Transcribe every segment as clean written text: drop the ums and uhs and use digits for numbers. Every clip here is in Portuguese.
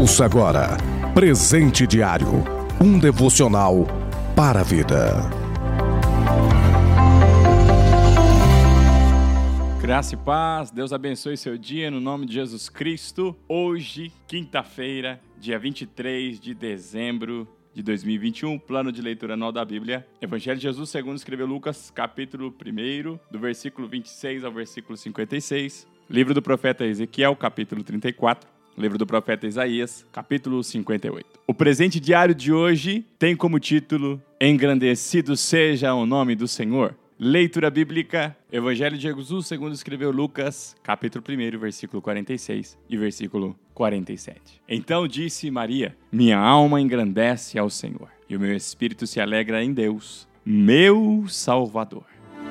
Ouça agora Presente Diário, um devocional para a vida. Graça e paz, Deus abençoe seu dia no nome de Jesus Cristo. Hoje, quinta-feira, dia 23 de dezembro de 2021, plano de leitura anual da Bíblia. Evangelho de Jesus segundo escreveu Lucas, capítulo 1, do versículo 26 ao versículo 56. Livro do profeta Ezequiel, capítulo 34. Livro do profeta Isaías, capítulo 58. O presente diário de hoje tem como título Engrandecido seja o nome do Senhor. Leitura bíblica, Evangelho de Jesus segundo escreveu Lucas, capítulo 1, versículo 46 e versículo 47. Então disse Maria: minha alma engrandece ao Senhor, e o meu espírito se alegra em Deus, meu Salvador.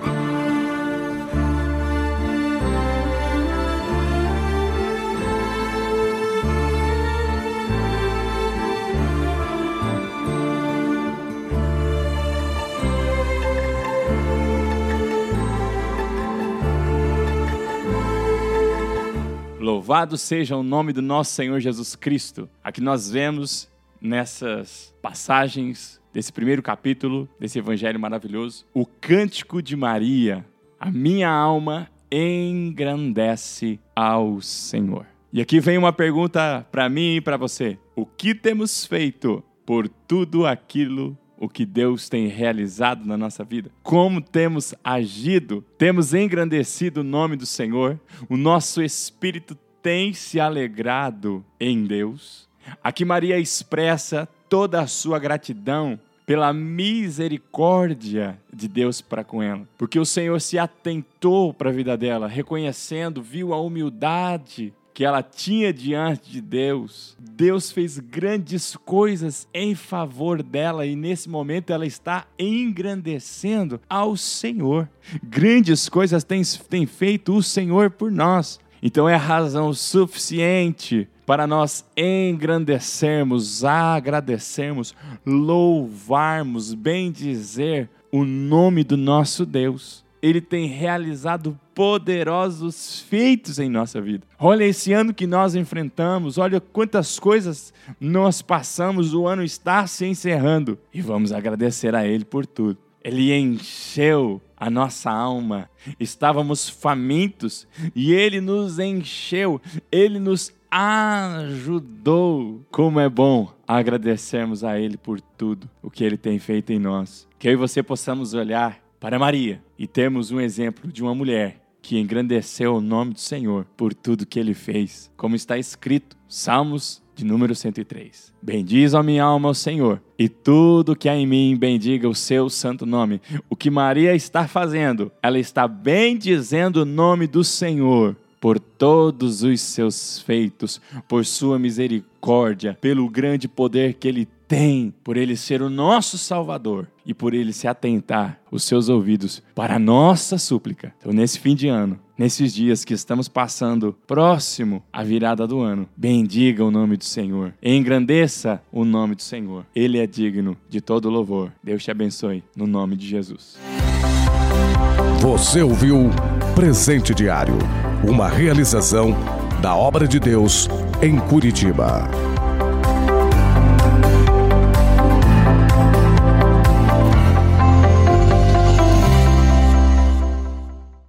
Louvado seja o nome do nosso Senhor Jesus Cristo. Aqui nós vemos nessas passagens desse primeiro capítulo, desse evangelho maravilhoso, o cântico de Maria. A minha alma engrandece ao Senhor. E aqui vem uma pergunta para mim e para você. O que temos feito por tudo aquilo o que Deus tem realizado na nossa vida? Como temos agido? Temos engrandecido o nome do Senhor? O nosso espírito tem se alegrado em Deus? Aqui Maria expressa toda a sua gratidão pela misericórdia de Deus para com ela, porque o Senhor se atentou para a vida dela, reconhecendo, viu a humildade que ela tinha diante de Deus. Deus fez grandes coisas em favor dela e nesse momento ela está engrandecendo ao Senhor. Grandes coisas tem feito o Senhor por nós. Então é razão suficiente para nós engrandecermos, agradecermos, louvarmos, bendizer o nome do nosso Deus. Ele tem realizado poderosos feitos em nossa vida. Olha esse ano que nós enfrentamos, olha quantas coisas nós passamos, o ano está se encerrando e vamos agradecer a Ele por tudo. Ele encheu a nossa alma, estávamos famintos e Ele nos encheu, Ele nos ajudou. Como é bom agradecermos a Ele por tudo o que Ele tem feito em nós. Que eu e você possamos olhar para Maria e termos um exemplo de uma mulher que engrandeceu o nome do Senhor por tudo que Ele fez, como está escrito, Salmos de número 103. Bendiz a minha alma ao Senhor, e tudo que há em mim bendiga o seu santo nome. O que Maria está fazendo? Ela está bendizendo o nome do Senhor por todos os seus feitos, por sua misericórdia, pelo grande poder que Ele tem, por Ele ser o nosso Salvador e por Ele se atentar os seus ouvidos para a nossa súplica. Então, nesse fim de ano, nesses dias que estamos passando próximo à virada do ano, bendiga o nome do Senhor, engrandeça o nome do Senhor. Ele é digno de todo louvor. Deus te abençoe, no nome de Jesus. Você ouviu Presente Diário, uma realização da Obra de Deus em Curitiba.